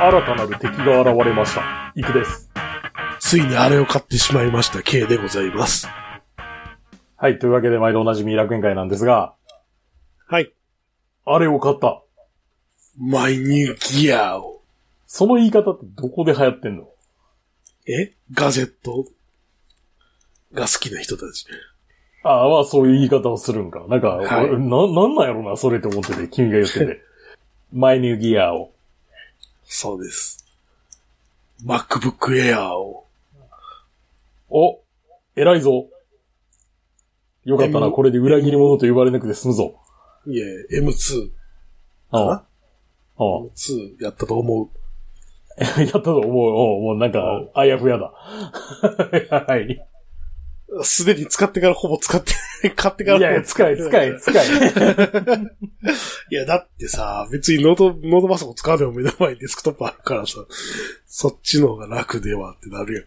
新たなる敵が現れました。イクです。 ついにあれを買ってしまいました。K でございます。 はい、というわけで毎度おなじみ楽園会なんですが。 はい。 あれを買った。 マイニューギアを。 その言い方ってどこで流行ってんの？ ガジェットが好きな人たち。 ああ、まあそういう言い方をするんか。なんか、 はい、 なんなんやろな、それって思ってて、君が言ってて。マイニューギアを。 そうです。MacBook Air を。 お、偉いぞ。よかったな、これで裏切り者と呼ばれなくて済むぞ。 いえ、M2 かな？M2 やったと思う。 やったと思う。もうなんか、あやふやだ。はい。 すでに使ってからほぼ使って、買ってからほぼいや、使え。 いや、だってさ、別にノートパソコン使うでも目の前にデスクトップあるからさ、そっちの方が楽ではってなるやん。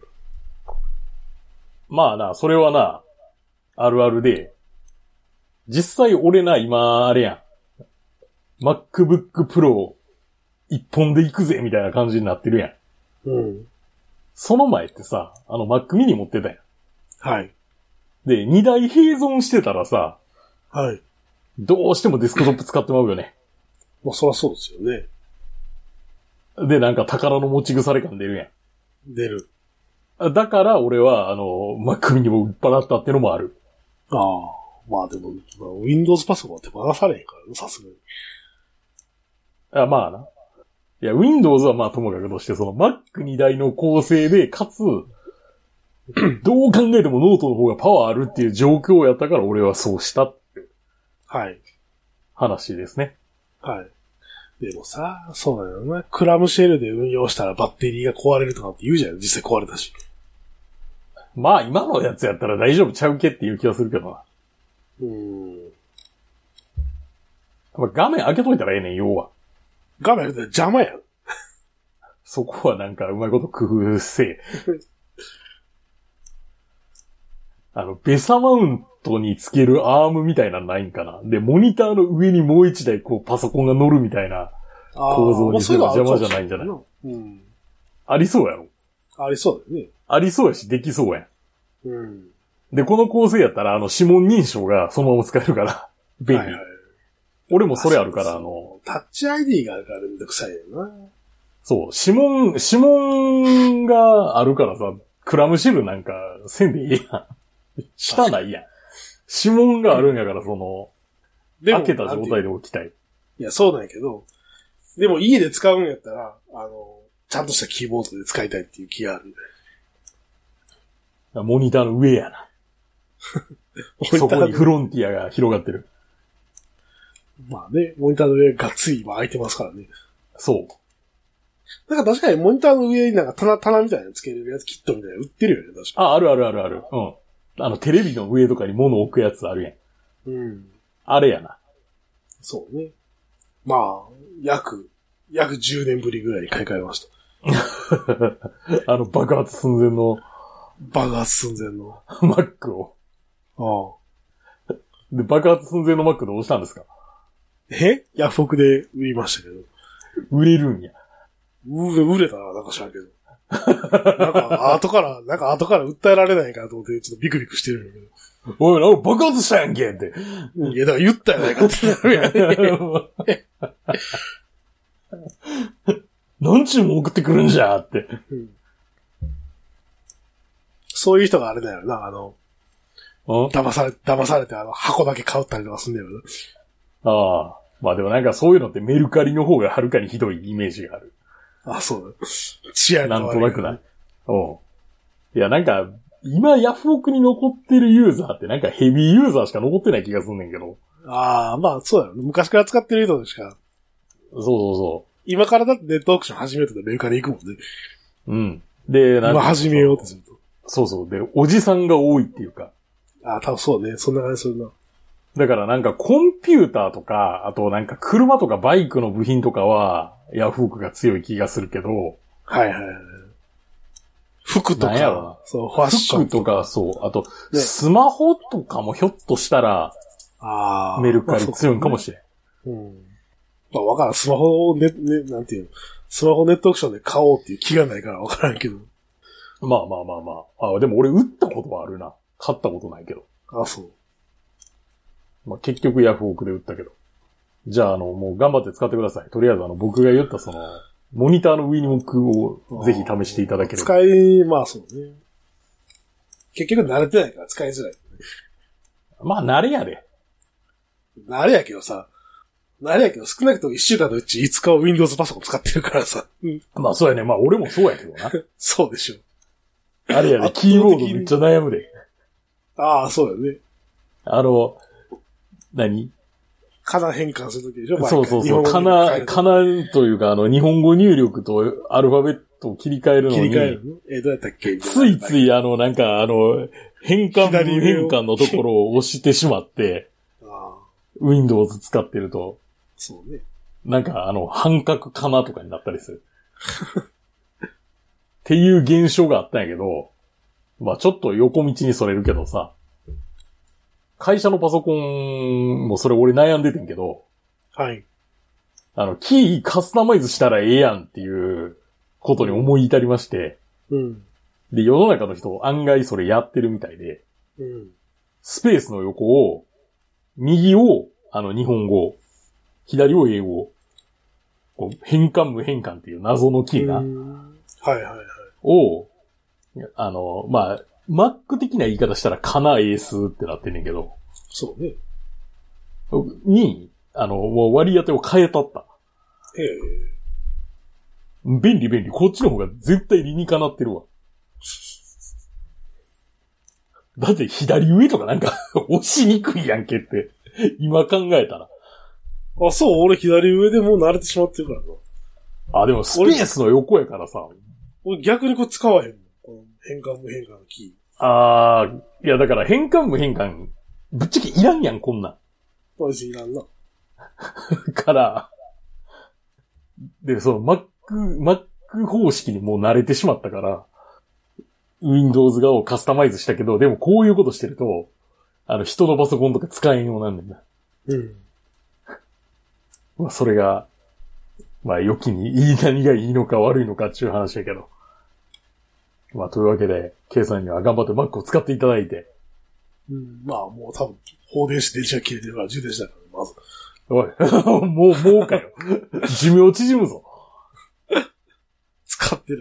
まあな、それはな、あるあるで、実際俺な、今、あれやん。MacBook Pro 一本で行くぜ、みたいな感じになってるやん。 うん。 その前ってさ、Mac mini 持ってたやん。 はい。 で、2台併存してたらさ、 はい。 どうしてもデスクトップ使ってまうよね。 まあ、そりゃそうですよね。 で、なんか宝の持ち腐れ感出るやん。出る。 だから俺は、Mac mini も売っ払ったってのもある。 ああ。まあでも、Windows パソコンって回されへんからね、さすがに。 まあな。いや、Windows はまあともかくとして、その Mac2 台の構成で、かつ、どう考えてもノートの方がパワーあるっていう状況やったから俺はそうしたって。 はい。 話ですね。 はい。でもさ、そうだよな。クラムシェルで運用したらバッテリーが壊れるとかって言うじゃん。実際壊れたし。 まあ今のやつやったら大丈夫ちゃうけっていう気がするけどな。画面開けといたらええねん、要は。 画面開けたら邪魔やん。 そこはなんかうまいこと工夫せえ。ベサマウントにつけるアームみたいなのないんかな。で、モニターの上にもう一台こうパソコンが乗るみたいな構造にすれば邪魔じゃないんじゃない？ うん。 ありそうやろ？ ありそうだよね。 ありそうやし、できそうやん。 うん。 で、この構成やったら、指紋認証がそのまま使えるから、便利。はいはい、俺もそれあるから、 タッチ ID があるからめんどくさいよな。 そう、指紋があるからさ、クラムシェルなんかせんでいいやん。下ないやん。指紋があるんやから、開けた状態で置きたい。 いや、そうなんやけど、でも家で使うんやったら、ちゃんとしたキーボードで使いたいっていう気がある。 モニターの上やな。そこにフロンティアが広がってる。 まあね、モニターの上がっつり今空いてますからね。 そう。 なんか確かにモニターの上になんか棚みたいなのつけれるやつ、キットみたいなの売ってるよね、確かに。 ある。うん。テレビの上とかに物置くやつあるやん。 うん。 あれやな。 そうね。まあ、約10年ぶりぐらいに買い替えました。 爆発寸前の。Mac を。 ああ。 で、爆発寸前の Mac どうしたんですか？ ヤフオクで売りましたけど。 売れるんや。 売れたな、なんか知らんけど。なんか後から訴えられないかと思って、ちょっとビクビクしてるんだけど。 おい、なんか爆発したやんけって。 いや、だから言ったやないかってなるやん。何ちゅうも送ってくるんじゃって、 そういう人があれだよな、騙されて箱だけ買ったりとかすんだよな。ああ。まあでもなんかそういうのってメルカリの方がはるかにひどいイメージがある。 あ、そうだ。治安が悪い、ね。 なんとなくな。いや、なんか、今ヤフオクに残ってるユーザーってなんかヘビーユーザーしか残ってない気がすんねんけど。 ああ、まあそうだよね。昔から使ってる人しか。 そう。 今からだってネットオークション始めるとメルカリ行くもんね。 うん。で、 今始めようとすると。 そう。で、おじさんが多いっていうか。 ああ、多分そうね。そんな感じするな。 だからなんかコンピューターとか、あとなんか車とかバイクの部品とかは、ヤフオクが強い気がするけど。 はい。服とか、そう、ファッション。 服とか、そう。あと、ね、スマホとかもひょっとしたら、メルカリ強いかもしれん。 まあわからん。スマホをなんていうの。スマホネットオークションで買おうっていう気がないからわからんけど。 まあまあまあまあ。でも俺打ったことはあるな。買ったことないけど。 あ、そう。 まあ結局ヤフオクで打ったけど。じゃあもう頑張って使ってください。とりあえず僕が言ったモニターの上に置くをぜひ試していただければ。 まあそうね。結局慣れてないから使いづらい。 まあ慣れやで。 慣れやけど少なくとも1週間のうち5日は Windows パソコン使ってるからさ。 まあそうやね。まあ俺もそうやけどな。 そうでしょ。 あれやで、キーボードめっちゃ悩むで。 ああ、そうよね。カナ変換するときでしょ。 そう。カナというか日本語入力とアルファベットを切り替えるのに。 どうやったっけついつい変換不変換のところを押してしまって、Windows 使ってると。 そうね。 半角かなとかになったりする。っていう現象があったんやけど、まあちょっと横道にそれるけどさ、会社のパソコンもそれ俺悩んでてんけど、 はい。 キーカスタマイズしたらええやんっていうことに思い至りまして、 うん。 で、世の中の人案外それやってるみたいで、 うん。 スペースの横を、右を日本語、左を英語、こう変換無変換っていう謎のキーが、 はいはいはい。 を、まあ、Mac 的な言い方したらカナエースってなってんねんけど、 そうね。 に、もう割り当てを変えたった。 へえ。 便利。こっちの方が絶対理にかなってるわ。だって左上とか押しにくいやんけって、今考えたら。 あ、そう、俺左上でもう慣れてしまってるからな。 あ、でもスペースの横やからさ。 俺逆にこれ使わへんもん。この変換無変換のキー。いやだから変換無変換、ぶっちゃけいらんやん、こんなん。 別にいらんな。 から、で、Mac 方式にもう慣れてしまったから、Windows 側をカスタマイズしたけど、でもこういうことしてると、人のパソコンとか使えんようなんねんな。 うん。 まあ、それが、まあ、良きに何がいいのか悪いのかっていう話やけど。まあ、というわけで、K さんには頑張って Mac を使っていただいて。 うん、まあ、もう多分、放電して電池が切れてるから充電したからね、まず。 おい、もうかよ。寿命縮むぞ。 使ってない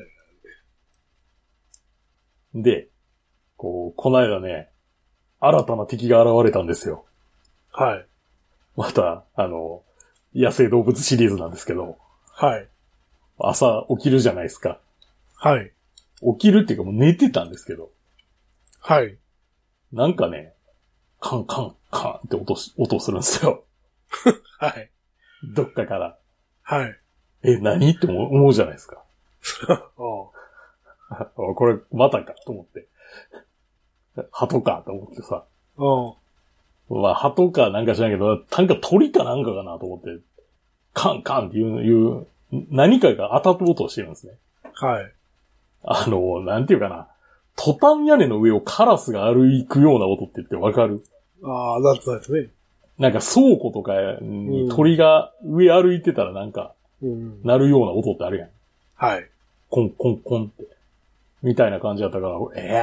からね。で、この間ね、新たな敵が現れたんですよ。 はい。 また、野生動物シリーズなんですけど。 はい。 朝起きるじゃないですか。 はい。 起きるっていうかもう寝てたんですけど。 はい。 なんかね、カンカンカンって音するんですよ。 はい。 どっかから。 はい。 何って思うじゃないですか。 これ、またかと思って。鳩かと思ってさ。まあ、鳩かなんか知らんけど、なんか鳥かなんかかなと思って、カンカンっていう、何かが当たった音をしてるんですね。 はい。 なんていうかな。トタン屋根の上をカラスが歩くような音って言ってわかる？ なんとなくね。 なんか倉庫とかに鳥が上歩いてたらなんか、鳴るような音ってあるやん。 はい。 コンコンコンって。みたいな感じだったから、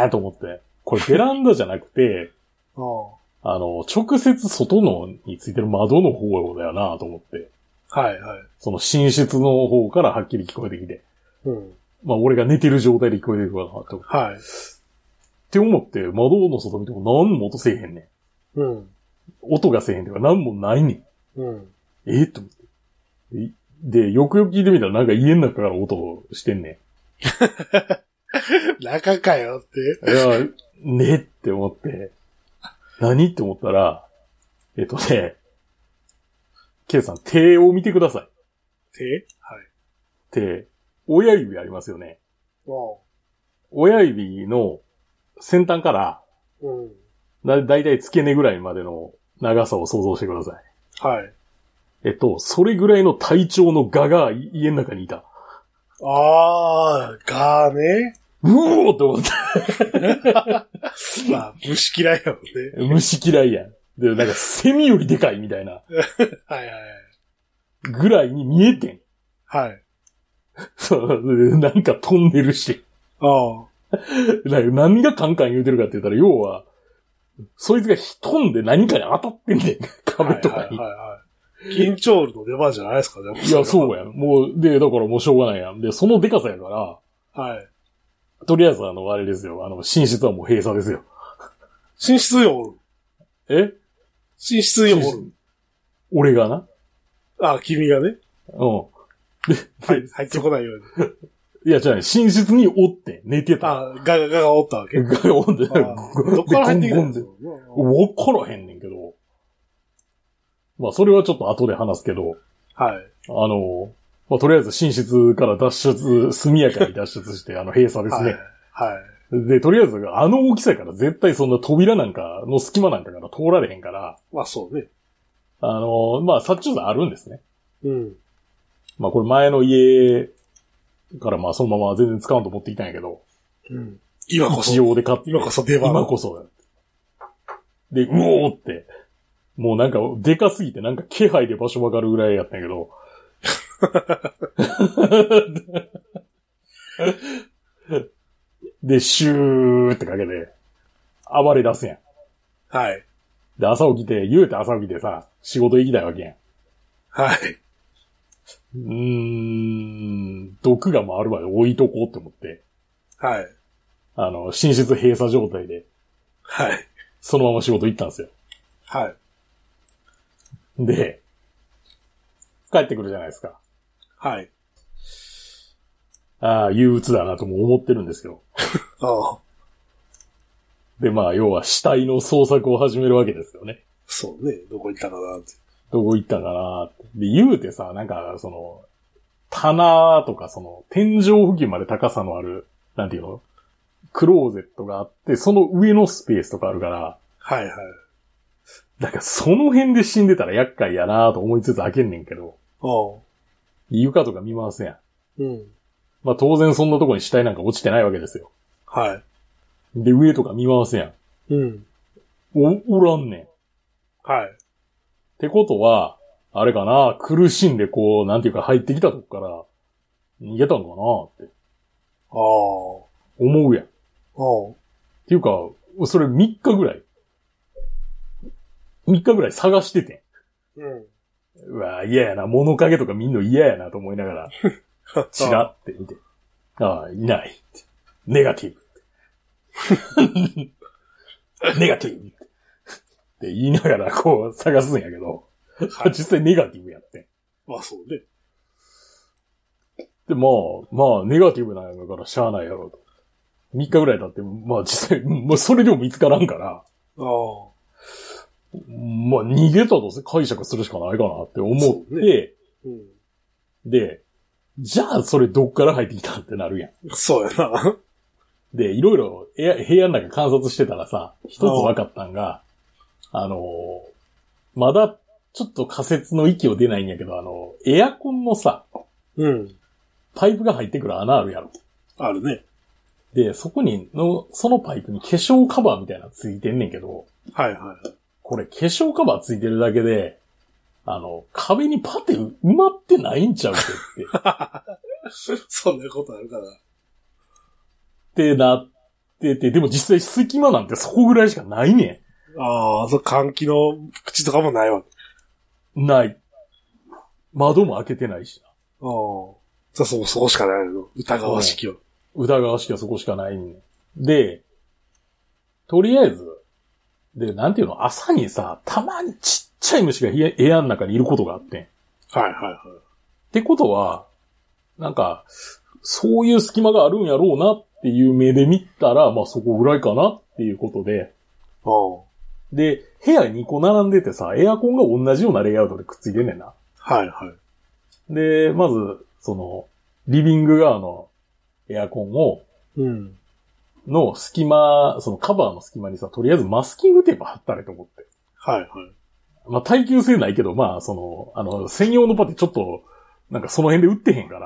と思って。これベランダじゃなくて、直接外についてる窓の方だよなと思って。 はいはい。 その寝室の方からはっきり聞こえてきて。まあ俺が寝てる状態で聞こえてくるかなと。 はい。 って思って窓の外見ても何も音せえへんねん。音がせえへんとか何もないねん。と思って。で、よくよく聞いてみたらなんか家の中から音してんねん。中かよって。 いや、ねって思って。何って思ったら、K さん手を見てください。 手？はい。 手。親指ありますよね。親指の先端から、だいたい付け根ぐらいまでの長さを想像してください。 はい。 それぐらいの体長のガが家の中にいた。 ガね。 うおーって思って。 まあ、虫嫌いやもんね。 虫嫌いやん。で、なんかセミよりでかいみたいな。 はいはい。 ぐらいに見えてん。 はい。 そう、なんか飛んでるし。 ああ。 何がカンカン言うてるかって言ったら、要は、そいつが飛んで何かに当たってんねん。壁とかに。 はいはいはい。緊張ルの出番じゃないですかね。 いや、そうやん。もう、で、だからもうしょうがないやん。で、そのデカさやから、 はい。 とりあえずあれですよ。寝室はもう閉鎖ですよ。 寝室におる。 え寝室におる。 俺がな。 あ、君がね。 うん。 入ってこないように。 いや、じゃあね、寝室におって、寝てた。 あ、ガがおったわけ。 ガがおって、 どっから入ってきたんですか？ わからへんねんけど。まあ、それはちょっと後で話すけど。 はい。 まあ、とりあえず寝室から脱出、速やかに脱出して、閉鎖ですね。 はい。はい。 で、とりあえず、大きさやから絶対そんな扉なんかの隙間なんかから通られへんから。 まあ、そうね。 まあ、殺虫剤あるんですね。 うん。 まあ、これ前の家からまあ、そのまま全然使わんと思っていたんやけど。 うん。今こそ。 一応で買って。 今こそ出番。 今こそ。で、うおーって。もうなんか、でかすぎてなんか気配で場所わかるぐらいやったんやけど。で、シューってかけて、暴れ出すやん。 はい。 で、朝起きて、言うて朝起きてさ、仕事行きたいわけやん。 はい。 毒が回るまで置いとこうって思って。 はい。 寝室閉鎖状態で。 はい。 そのまま仕事行ったんですよ。 はい。 で、帰ってくるじゃないですか。 はい。 ああ、憂鬱だなとも思ってるんですよ。 ああ。 で、まあ、要は死体の捜索を始めるわけですよね。 そうね。どこ行ったかなって。 どこ行ったかなって。で、言うてさ、なんか、棚とか天井付近まで高さのある、なんていうの？クローゼットがあって、その上のスペースとかあるから。 はいはい。 だからその辺で死んでたら厄介やなと思いつつ開けんねんけど。 ああ。 床とか見回すやん。うん。 まあ当然そんなとこに死体なんか落ちてないわけですよ。 はい。 で、上とか見回すやん。 うん。 おらんねん。 はい。 ってことは、あれかな、苦しんでこう、なんていうか入ってきたとこから逃げたのかなって。 ああ。 思うやん。 ああ。 っていうか、それ3日ぐらい探しててん。 うん。 うわ嫌やな、物陰とか見んの嫌やなと思いながら、チラって見て。ああ、いない。ネガティブ。ネガティブって言いながらこう探すんやけど、はい、実際ネガティブやってん。 まあそうね。 で、まあ、ネガティブなんやからしゃあないやろと。3日ぐらい経って、まあ実際、もうそれでも見つからんから、 ああ。 まあ逃げたと解釈するしかないかなって思って、ねうん、で、じゃあそれどっから入ってきたってなるやん。 そうやな。 で、いろいろ部屋の中観察してたらさ、一つ分かったんが、まだちょっと仮説の域を出ないんやけど、エアコンのさ、 うん。 パイプが入ってくる穴あるやろ。 あるね。 で、そこにそのパイプに化粧カバーみたいなのついてんねんけど、 はいはい。 これ化粧カバーついてるだけで、壁にパテ埋まってないんちゃうって。 そんなことあるかな。 ってなってて、でも実際隙間なんてそこぐらいしかないねん。ああ、換気の口とかもないわ。 ない。窓も開けてないしな。 ああ。そこしかないの。疑わしきは。 疑わしきはそこしかないね。で、とりあえず、で、なんていうの、朝にさ、たまにちっちゃい虫が部屋の中にいることがあってん。 はいはいはい。 ってことは、なんか、そういう隙間があるんやろうなっていう目で見たら、まあそこぐらいかなっていうことで。 ああ。 で、部屋2個並んでてさ、エアコンが同じようなレイアウトでくっついてんねんな。 はいはい。 で、まず、リビング側のエアコンを、 うん。 の隙間、カバーの隙間にさ、とりあえずマスキングテープ貼ったれと思って。 はいはい。 まあ耐久性ないけど、まあ専用のパテちょっと、なんかその辺で売ってへんから。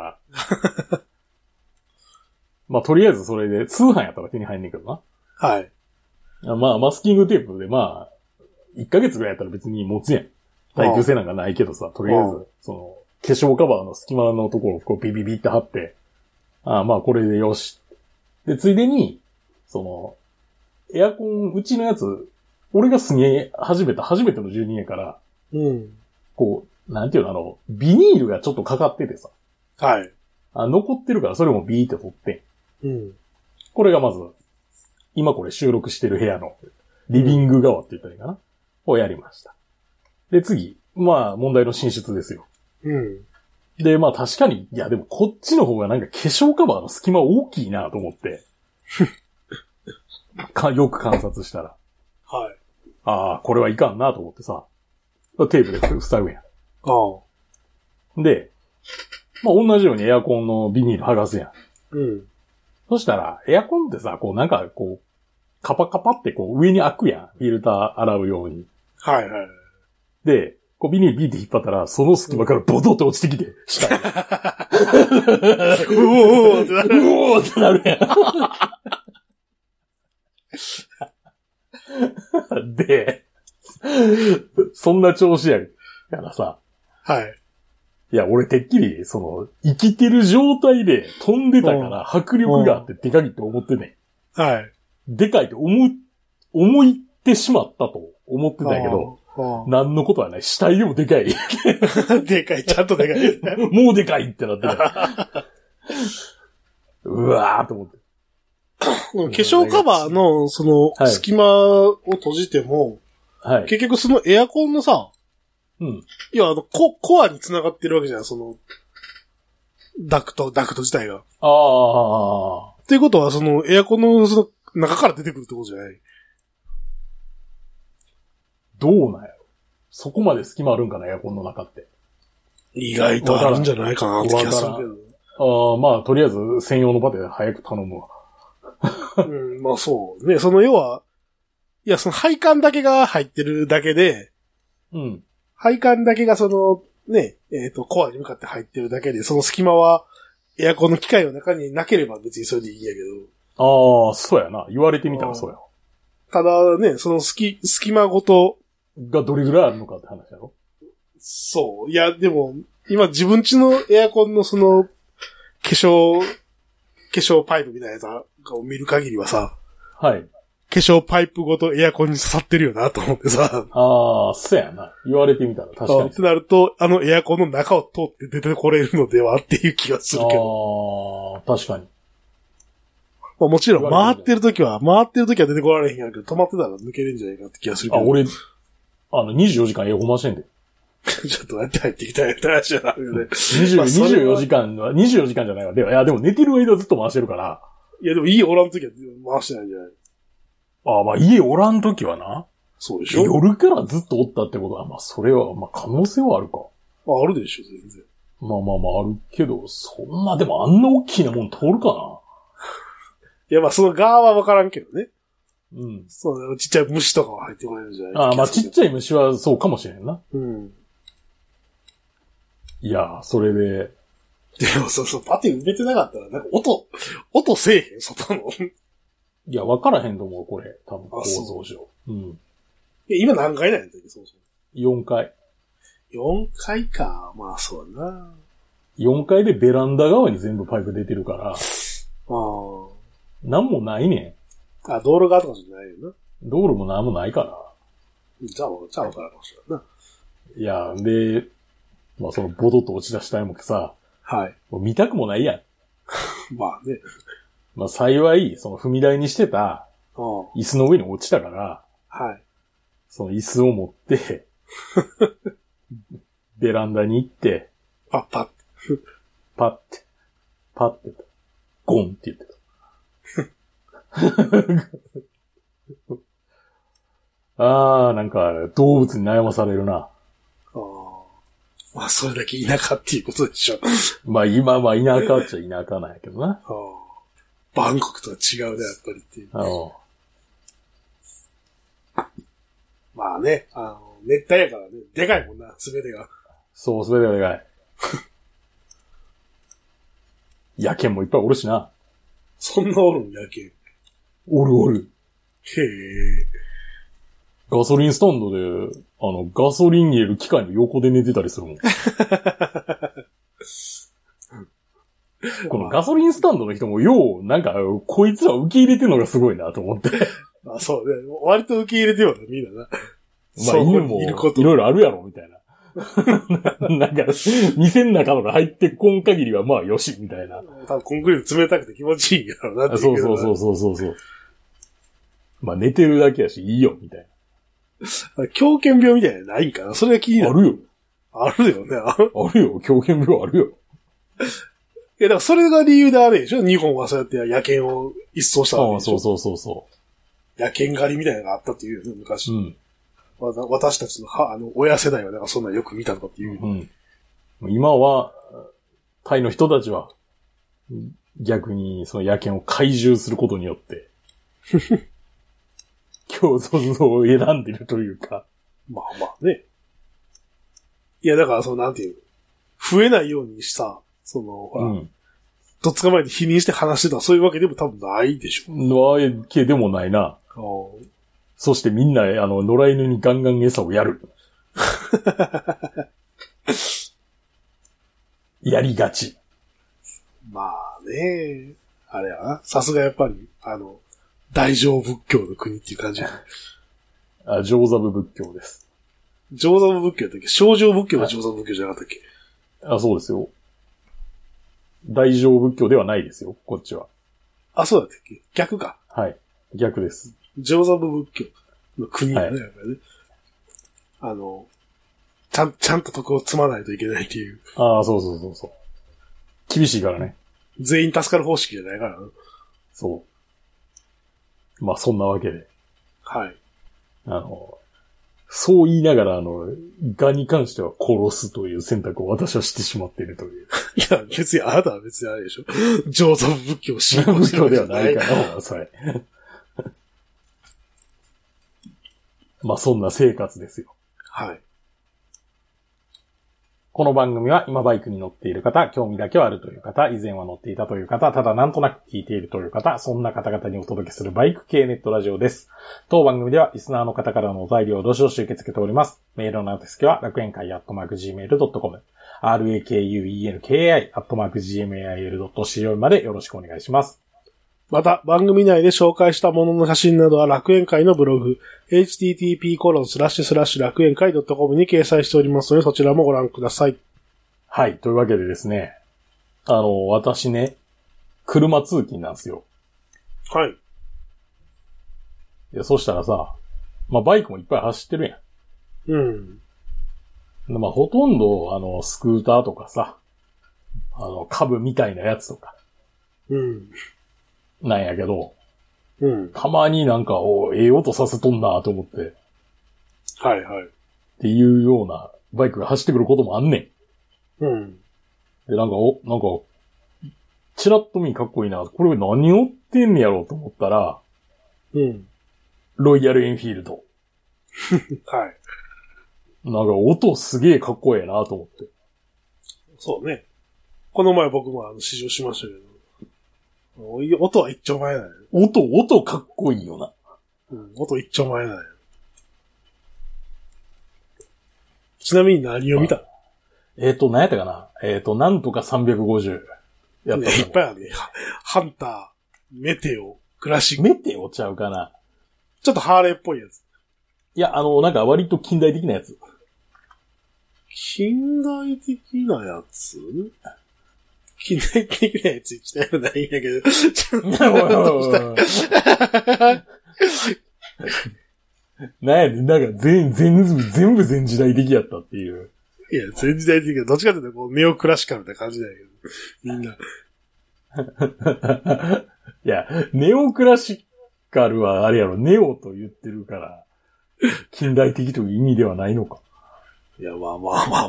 まあとりあえずそれで、通販やったら手に入んねんけどな。 はい。 まあマスキングテープでまあ、1ヶ月ぐらいやったら別に持つやん。耐久性なんかないけどさ、とりあえず、 化粧カバーの隙間のところをこうビビビって貼って、ああ、まあこれでよし。で、ついでに、エアコン、うちのやつ、俺が住み始めた初めての住人やから、 うん。 こう、なんていうの、ビニールがちょっとかかっててさ。 はい。 残ってるからそれもビーって取って。 うん。 これがまず、今これ収録してる部屋のリビング側って言ったらいいかな、をやりました。で、次、まあ問題の寝室ですよ。 うん。 で、まあ確かに、いやでもこっちの方がなんか化粧カバーの隙間大きいなと思って。よく観察したら。 はい。 ああ、これはいかんなと思ってさ。テープで塞ぐやん。 ああ。 で、まあ同じようにエアコンのビニール剥がすやん。 うん。 そしたら、エアコンってさ、こうなんかこう、カパカパってこう上に開くやん。フィルター洗うように。 はいはい。 で、こうビニールビーって引っ張ったら、その隙間からボトって落ちてきて、下に。 うおーってなる。 うおーってなるやん。で、そんな調子やからさ。 はい。 いや、俺てっきり、生きてる状態で飛んでたから迫力があってでかいって思ってね。 はい。 でかいって思いってしまったと思ってたんやけど、何のことはない。死体でもでかい。 でかい、ちゃんとでかい。 もうでかいってなってた。うわーと思って。 化粧カバーの、隙間を閉じても、 はい。 結局そのエアコンのさ、 うん。 いや、コアに繋がってるわけじゃん、ダクト自体が。 ああ。 っていうことは、エアコンの中から出てくるってことじゃない？ どうなんやろ。そこまで隙間あるんかな、エアコンの中って。 意外とあるんじゃないかなって気がするけど。 ああ、まあ、とりあえず専用のパテで早く頼むわ。 うん、まあそう。ね、要は、いや、配管だけが入ってるだけで、 うん。 配管だけがね、コアに向かって入ってるだけで、その隙間は、エアコンの機械の中になければ別にそれでいいんやけど。ああ、そうやな。言われてみたらそうや。 ただね、隙間ごと、 がどれぐらいあるのかって話やろ？ そう。いや、でも、今自分家のエアコンの化粧パイプみたいなやつを見る限りはさ、 はい。 化粧パイプごとエアコンに刺さってるよなと思ってさ。 ああ、そうやな。言われてみたら確かに。 ってなると、エアコンの中を通って出てこれるのではっていう気がするけど。 ああ、確かに。 まあもちろん回ってる時は出てこられへんやけど、止まってたら抜けるんじゃないかって気がするけど。 俺、24時間エアコン回してんで。 ちょっとやって入ってきたやったらしいな。 24時間は、24時間じゃないわ。いや、でも寝てる間ずっと回してるから。 いや、でも家おらん時は回してないんじゃない？ ああ、まあ家おらん時はな。 そうでしょ？ 夜からずっとおったってことは、まあそれは、まあ可能性はあるか。 あるでしょ、全然。 まああるけど、そんな、でもあんな大きなもん通るかな。 いや、まあその側はわからんけどね。 うん。 ちっちゃい虫とかは入ってこれるんじゃない？ ああ、まあちっちゃい虫はそうかもしれんな。 うん。 いや、それで。 でもパティ埋めてなかったら、なんか音せえへん、外の。 いや、わからへんと思う、これ。多分構造上。うん。 今何階なんやったっけ、そう。 4階。 4階か。まあ、そうだな。 4階でベランダ側に全部パイプ出てるから。 ああ。 なんもないねん。あ、道路側とかじゃないよな。 道路もなんもないから。 じゃあ分からんかもしれんな。 いや、で、まあボドと落ち出したいもんさ。 はい。 もう見たくもないやん。 まあね。 まあ幸い、踏み台にしてた、椅子の上に落ちたから、 はい。 その椅子を持って、ベランダに行って、 パッて、 ゴンって言ってた。ああ、なんか、動物に悩まされるな。 まあ、それだけ田舎っていうことでしょ。 まあ今は田舎っちゃ田舎なんやけどな。 バンコクとは違うね、やっぱりっていう。まあね、熱帯やからね、でかいもんな、すべてが。 そう、すべてがでかい。野犬もいっぱいおるしな。 そんなおるん、野犬。 おる。 へえ。 ガソリンスタンドで、ガソリン入れる機械の横で寝てたりするもん。 このガソリンスタンドの人もよう、なんか、こいつら受け入れてるのがすごいなと思って。 あ、そうね。割と受け入れてるよね、みんなな。 まあ、犬もいろいろあるやろ、みたいな。なんか、店の中とか入ってこん限りはまあよし、みたいな。 多分コンクリート冷たくて気持ちいいやろなっていう。 そう。まあ寝てるだけやし、いいよ、みたいな。狂犬病みたいなのないんかな、それが気になる。 あるよ。 あるよね。 あるよ、狂犬病あるよ。 いや、だからそれが理由であれでしょ、日本はそうやって野犬を一掃したわけでしょ。 そう。 野犬狩りみたいなのがあったっていうよね、昔。 うん。 私たちの親世代は、だからそんなよく見たとかっていう。 うん。今は、タイの人たちは、逆にその野犬を懐柔することによって、共存を選んでるというか。 まあね。いや、だからなんていう、増えないようにさ、ほら、とっ捕まえて否認して話してたそういうわけでも多分ないでしょ。 ないけでもないな。そしてみんな、野良犬にガンガン餌をやる。やりがち。 まあね、あれやな。さすがやっぱり、大乗仏教の国っていう感じやね。 上座部仏教です。 上座部仏教だっけ？小乗仏教が上座部仏教じゃなかったっけ？ そうですよ。大乗仏教ではないですよ、こっちは。 そうだったっけ？逆か。 はい。逆です。 上座部仏教の国だね、やっぱりね。ちゃんと徳を積まないといけないっていう。 そう。厳しいからね。 全員助かる方式じゃないからな。 そう。まあ、そんなわけで。 はい。 そう言いながら、ガに関しては殺すという選択を私はしてしまっているという。 いや、別に、あなたは別にあれでしょ。上座部仏教を信仰仏教ではないから、それ。まあ、そんな生活ですよ。 はい。 この番組は今バイクに乗っている方、興味だけはあるという方、以前は乗っていたという方、ただなんとなく聞いているという方、そんな方々にお届けするバイク系ネットラジオです。当番組ではリスナーの方からのお便りをどしどし受け付けております。メールの宛先は楽園会@gmail.com、rakuenkai@gmail.co までよろしくお願いします。 また、番組内で紹介したものの写真などは楽園会のブログ、http:// 楽園会 .com に掲載しておりますので、そちらもご覧ください。 はい、というわけでですね、私ね、車通勤なんですよ。 はい。 いや、そしたらさ、まあ、バイクもいっぱい走ってるやん。うん。 まあ、ほとんど、スクーターとかさ、株みたいなやつとか。 うん。 なんやけど、 うん。 たまになんか、ええ音させとんなと思って。 はいはい。 っていうようなバイクが走ってくることもあんねん。うん。 で、なんか、チラッと見かっこいいな。これ何乗ってんねやろうと思ったら、 うん。 ロイヤルエンフィールド。 はい。 なんか音すげえかっこええなと思って。 そうね。この前僕も試乗しましたけど。音は一丁前だよ。 音かっこいいよな。 うん、音一丁前だよ。ちなみに何を見た？ 何やったかななんとか350。 やった。いっぱいあるね。ハンター、メテオ、クラシック。 メテオちゃうかな。 ちょっとハーレーっぽいやつ。 いや、なんか割と近代的なやつ。 近代的なやつ？近代的なやつ言ったらないんやけど。 なんやねん、なんか全部全時代的やったっていう。 いや、全時代的だ。どっちかというとこうネオクラシカルな感じだけど。みんな。 いや、ネオクラシカルはあれやろ、ネオと言ってるから、近代的という意味ではないのか。 いや、まあ。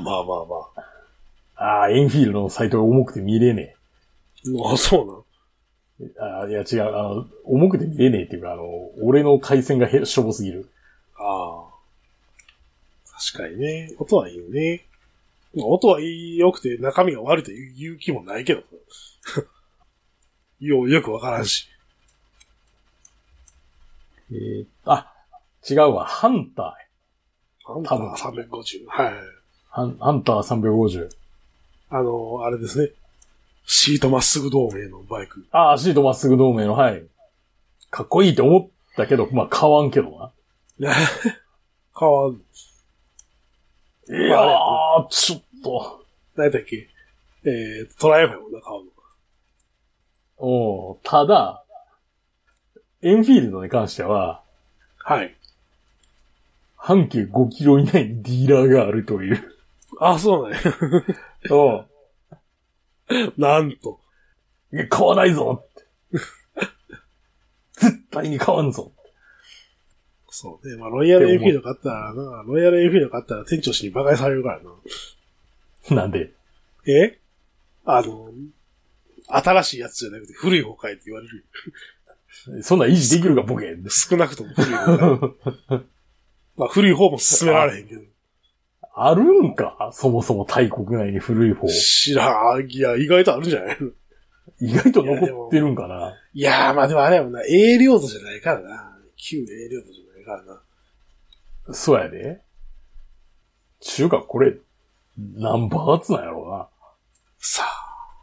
エンフィールドのサイトが重くて見れねえ。そうなん？いや違う、重くて見れねえっていうか、俺の回線がしょぼすぎる。 ああ。確かにね。音はいいよね。音はい良くて中身が悪いという気もないけど。よくわからんし。 違うわ、ハンター。 ハンター350。はい。 ハンター350。 あれですね。シートまっすぐ同盟のバイク。 ああ、シートまっすぐ同盟の、はい。かっこいいって思ったけど、まあ、買わんけどな。 買わん。 いやー、ちょっと。 何だっけトライアルやもんな、買うの。 ただ、エンフィールドに関しては、 はい。 半径5キロ以内にディーラーがあるという。 あ、そうなんや。なんと。 いや、買わないぞ絶対に買わんぞ。 そうね。まあ、ロイヤルエンフィールド買ったらな、ロイヤルエンフィールド買ったら店長氏に馬鹿にされるからな。 なんで新しいやつじゃなくて古い方買いって言われる。 そんなん維持できるか、ボケ。 少なくとも古い方買い。まあ、古い方も進められへんけど。 あるんかそもそも大国内に古い方。 知らん。いや、意外とあるんじゃないの？ 意外と残ってるんかな。 いやー、まあでもあれやもんな。A領土じゃないからな。旧 A 領土じゃないからな。 そうやで。中華これ、何バーツなんやろうな。 さあ。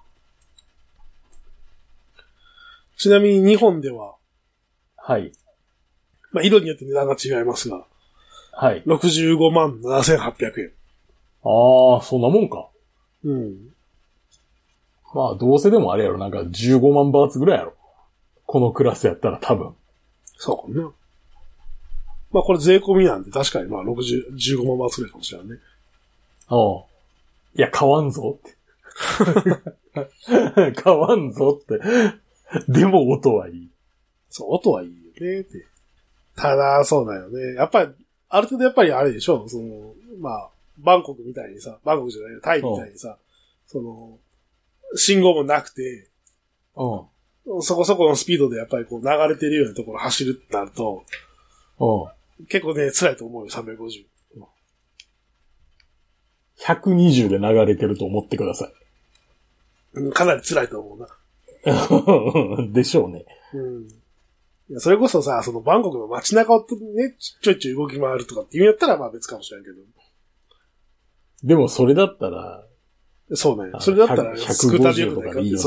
ちなみに日本では、 はい。 まあ色によって値段が違いますが、 はい。 65万7800円。 ああ、そんなもんか。 うん。 まあ、どうせでもあれやろ、なんか15万バーツぐらいやろ。このクラスやったら多分。 そうかな。まあこれ税込みなんで確かにまあ15万バーツぐらいかもしれないね。 ああ。いや、買わんぞって。買わんぞって。でも音はいい。 そう、音はいいよねって。ただ、そうだよね。やっぱり、ある程度やっぱりあれでしょ、まあ、バンコクみたいにさ、バンコクじゃないよ、タイみたいにさ、信号もなくて、そこそこのスピードでやっぱりこう流れてるようなところ走るってなると、結構ね、辛いと思うよ、350。 120で流れてると思ってください。かなり辛いと思うな。 でしょうね。 うん。いやそれこそさ、バンコクの街中をね、ちょいちょい動き回るとかって言うんやったらまあ別かもしれんけど。 でもそれだったら、 そうね。それだったらスクーターでよくないかって。そう。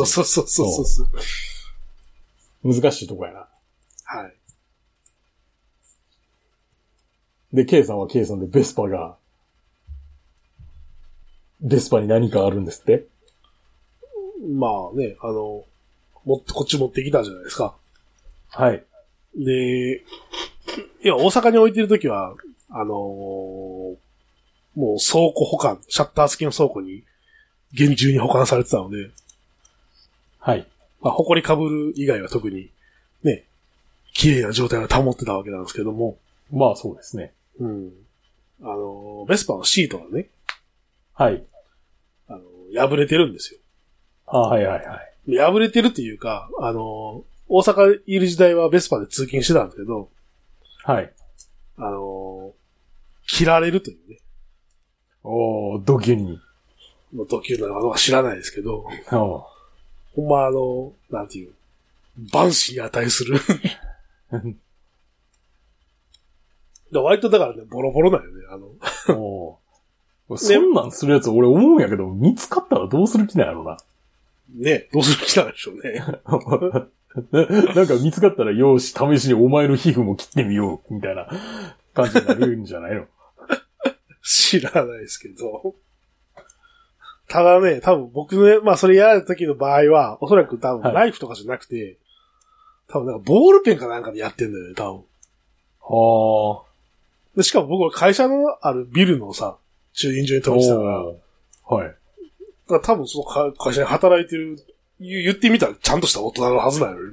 難しいとこやな。 はい。 で、K さんは K さんでベスパに何かあるんですって？ まあね、こっち持ってきたじゃないですか。 はい。 で、いや、大阪に置いてるときは、もう倉庫保管、シャッター付きの倉庫に厳重に保管されてたので、 はい。 まあ、埃被る以外は特に、ね、綺麗な状態を保ってたわけなんですけども。 まあそうですね。 うん。ベスパのシートがね、 はい。 破れてるんですよ。 はい。 破れてるっていうか、大阪いる時代はベスパで通勤してたんですけど、 はい。 切られるというね。 ドキュンに。 ドキュンなのか知らないですけど、ほんまなんていう、万死に値する。割とだからね、ボロボロなんよね、 そんなんするやつ俺思うんやけど、見つかったらどうする気なんやろな。 ね、どうする気なんでしょうね。 なんか見つかったら、よし、試しにお前の皮膚も切ってみよう、みたいな感じになるんじゃないの？ 知らないですけど。ただね、多分僕ね、まあそれやられた時の場合は、おそらく多分ナイフとかじゃなくて、多分なんかボールペンかなんかでやってんだよね、多分。でしかも僕は会社のあるビルのさ、駐輪場に止めてたから、 はい。 だから多分その会社に働いてる、言ってみたらちゃんとした大人のはずなの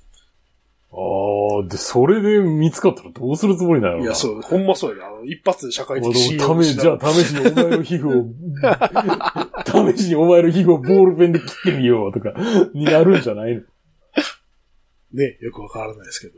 よ。 で、それで見つかったらどうするつもりなの？ いや、そう、ほんまそうやな。一発で社会的信用じゃあ試しにお前の皮膚を、試しにお前の皮膚をボールペンで切ってみようとか、になるんじゃないの？ ね、よくわからないですけど。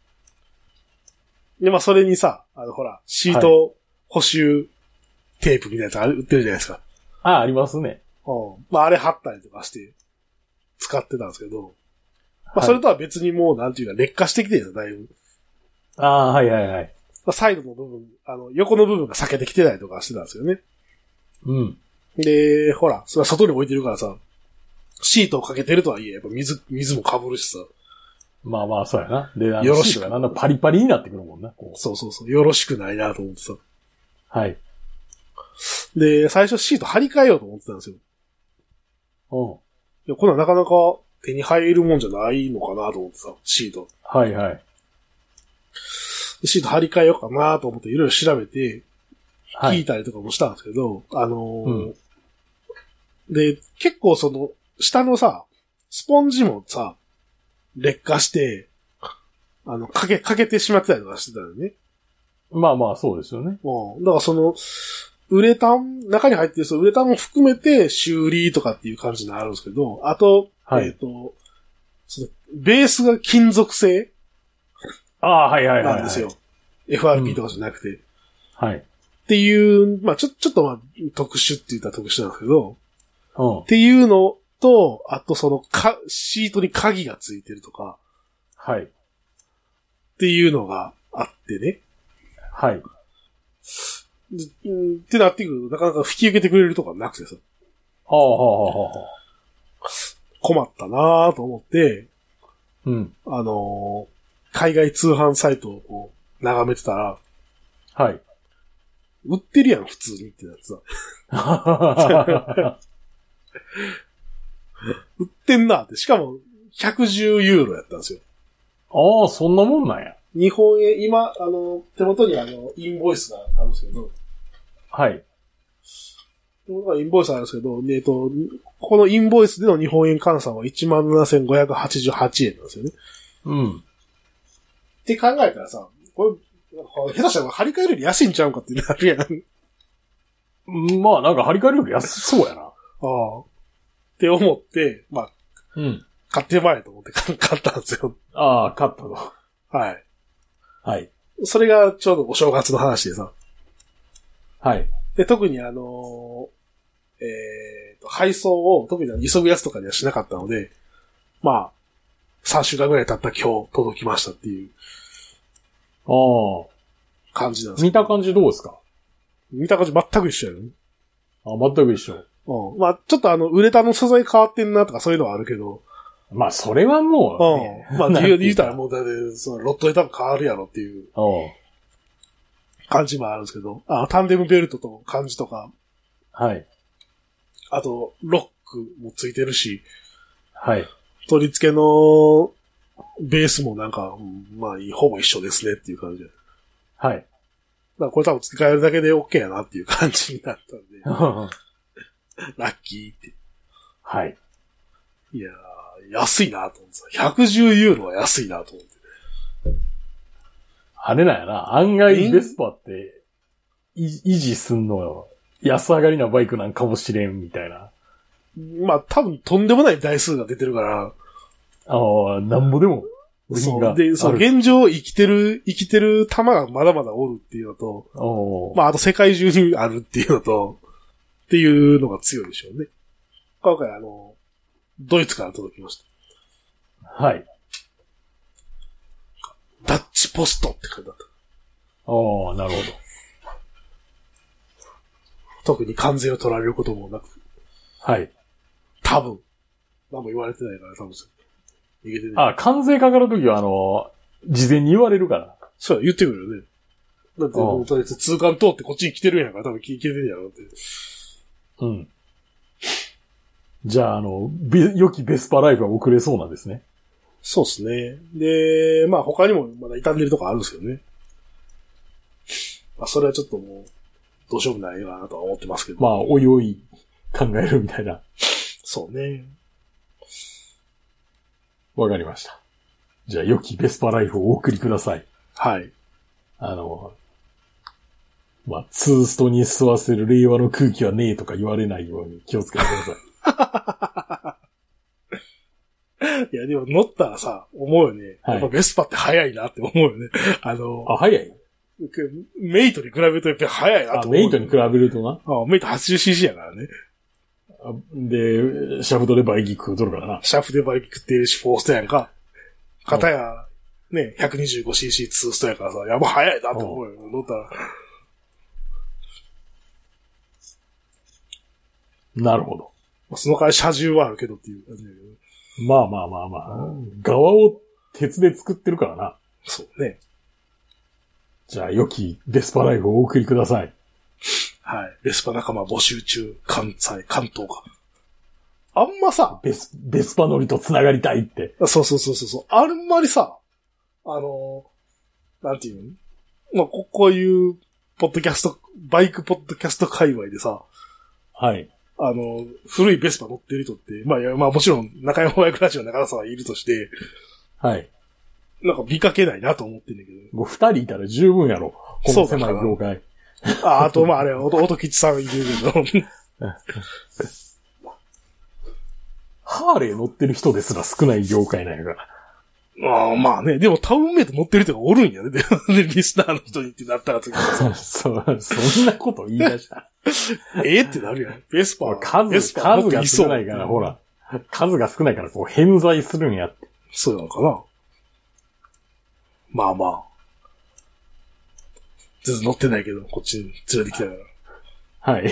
で、まあそれにさ、ほら、シート補修テープみたいなやつ売ってるじゃないですか。 ありますね。 まああれ貼ったりとかして使ってたんですけど、まあそれとは別にもうなんていうか劣化してきてるんですよ、だいぶ。 はい。 まあ、サイドの部分、横の部分が裂けてきてたりとかしてたんですよね。 うん。 で、ほら、それは外に置いてるからさ、シートをかけてるとはいえ、やっぱ水も被るしさ。 まあまあ、そうやな。で、 よろしくシートがだんだんパリパリになってくるもんな。こうそうそうそう。よろしくないなと思ってさ。 はい。 で、最初シート張り替えようと思ってたんですよ。 うん。 いや、こんなんなかなか手に入るもんじゃないのかなと思ってさ、シート。 はいはい。 シート張り替えようかなと思っていろいろ調べて、 はい。 聞いたりとかもしたんですけど、 うんで、結構その、下のさ、スポンジもさ、劣化して、かけてしまってたりとかしてたよね。 まあまあ、そうですよね。 だからその、ウレタン、中に入ってるそのウレタンも含めて修理とかっていう感じになるんですけど、あと、 はいそのベースが金属製ああ、はいはいはい、はい。 なんですよ。FRP とかじゃなくて。 はい。 っていう、まあちょっとまあ特殊って言ったら特殊なんですけど、 うん。 っていうのと、あとそのシートに鍵がついてるとか、 はい。 っていうのがあってね。 はい。 ってなってくると、なかなか引き受けてくれるとかなくてさ、 はあはあはあはあ。 困ったなぁと思って、 うん。 海外通販サイトを眺めてたら、 はい。 売ってるやん、普通にってやつさ。売ってんなって。しかも、110ユーロやったんですよ。 ああ、そんなもんなんや。 日本円、今、手元にインボイスがあるんですけど、 はい。 手元にインボイスあるんですけど、このインボイスでの日本円換算は 17,588 円なんですよね。 うん。 って考えたらさ、これ、下手したら張り替えるより安いんちゃうんかってなるやん。 まあ、なんか張り替えるより安そうやな。 ああ。って思って、まあ、 うん。 買ってまえと思って買ったんですよ。 ああ、勝ったと。 はい。 はい。 それがちょうどお正月の話でさ。 はい。 で、特に配送を特に急ぐやつとかにはしなかったので、まあ、3週間ぐらい経った今日届きましたっていうああ。 感じなんです見た感じどうですか？ 見た感じ全く一緒やよね。 あ、全く一緒。 まあ、ちょっとウレタンの素材変わってんなとかそういうのはあるけど。 まあ、それはもう、ね、 まあ、言うたらもうだって、そのロットで多分変わるやろっていう感じもあるんですけど、タンデムベルトと感じとか、 はい。 あと、ロックもついてるし、 はい。 取り付けのベースもなんか、まあ、ほぼ一緒ですねっていう感じで。 はい。 だからこれ多分付け替えるだけで OK やなっていう感じになったんで、ラッキーって。 はい。 いやー、安いなと思ってさ、110ユーロは安いなと思って。 あれなんやな、案外ベスパって維持すんのよ。安上がりなバイクなんかもしれんみたいな。 まあ多分とんでもない台数が出てるから、 ああ、なんぼでも。 そう。で、そう、現状生きてる玉がまだまだおるっていうのと、まああと世界中にあるっていうのと、っていうのが強いでしょうね。今回ドイツから届きました。 はい。 ダッチポストって書いてあった。 ああ、なるほど。 特に関税を取られることもなく。 はい。 多分。何も言われてないから多分。逃げてない。関税かかるときは事前に言われるから。 そう、言ってくるよね。だってもうとりあえず通関通ってこっちに来てるんやから多分来てるんやろって。 うん。じゃあ良きベスパライフは遅れそうなんですね。 そうですね。で、まあ他にもまだ傷んでるとこあるんですけどね。まあそれはちょっともう、どうしようもないなとは思ってますけど。 まあ、おいおい考えるみたいな。 そうね。 わかりました。じゃあ、良きベスパライフをお送りください。 はい。 まあ、ツーストに吸わせる令和の空気はねえとか言われないように気をつけてください。いや、でも乗ったらさ、思うよね。はい、やっぱベスパって速いなって思うよね。 速い？ メイトに比べるとやっぱり速いなと思う。 メイトに比べるとな。 メイト 80cc やからね。 で、シャフトでバイキ食うとるからな。 シャフトでバイキ食ってるし、フォーストやんか。片や、ね、125cc ツーストやからさ、やば速いなと思うよ。乗ったら。 なるほど。 その代わり車重はあるけどっていう感じだけど。 まあ。側を鉄で作ってるからな。 そうね。 じゃあ、良きベスパライフをお送りください。 はい。ベスパ仲間募集中、関東か。あんまさ、 ベスパ乗りと繋がりたいって。 そう。あんまりさ、なんていうの？まあ、こういう、バイクポッドキャスト界隈でさ、 はい。 古いベスパ乗ってる人って、まあもちろん中山バイクラジオの中田さんはいるとして、 はい。 なんか見かけないなと思ってんだけど。 もう二人いたら十分やろ。この狭い業界。 あと、まああれ、音吉さんいるけど。 ハーレー乗ってる人ですら少ない業界なんやから。 まあね、でもタウンメイト乗ってる人がおるんやね。で、リスナーの人にってなったら次そんなこと言い出した。 ってなるやん。ベスパ数が少ないから、ほら。数が少ないから、こう、偏在するんやって。 そうなのかな。まあ。全然乗ってないけど、こっちに連れてきたから。 はい。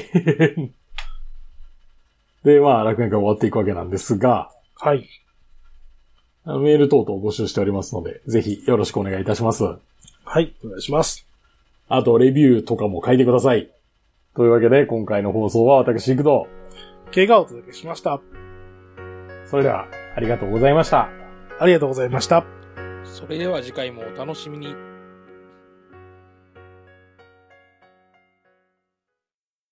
で、まあ、楽園会終わっていくわけなんですが。 はい。 メール等々募集しておりますので、ぜひよろしくお願いいたします。 はい、お願いします。 あと、レビューとかも書いてください。というわけで、今回の放送は私、行くと。 Kがお届けしました。 それでは、ありがとうございました。 ありがとうございました。 それでは次回もお楽しみに。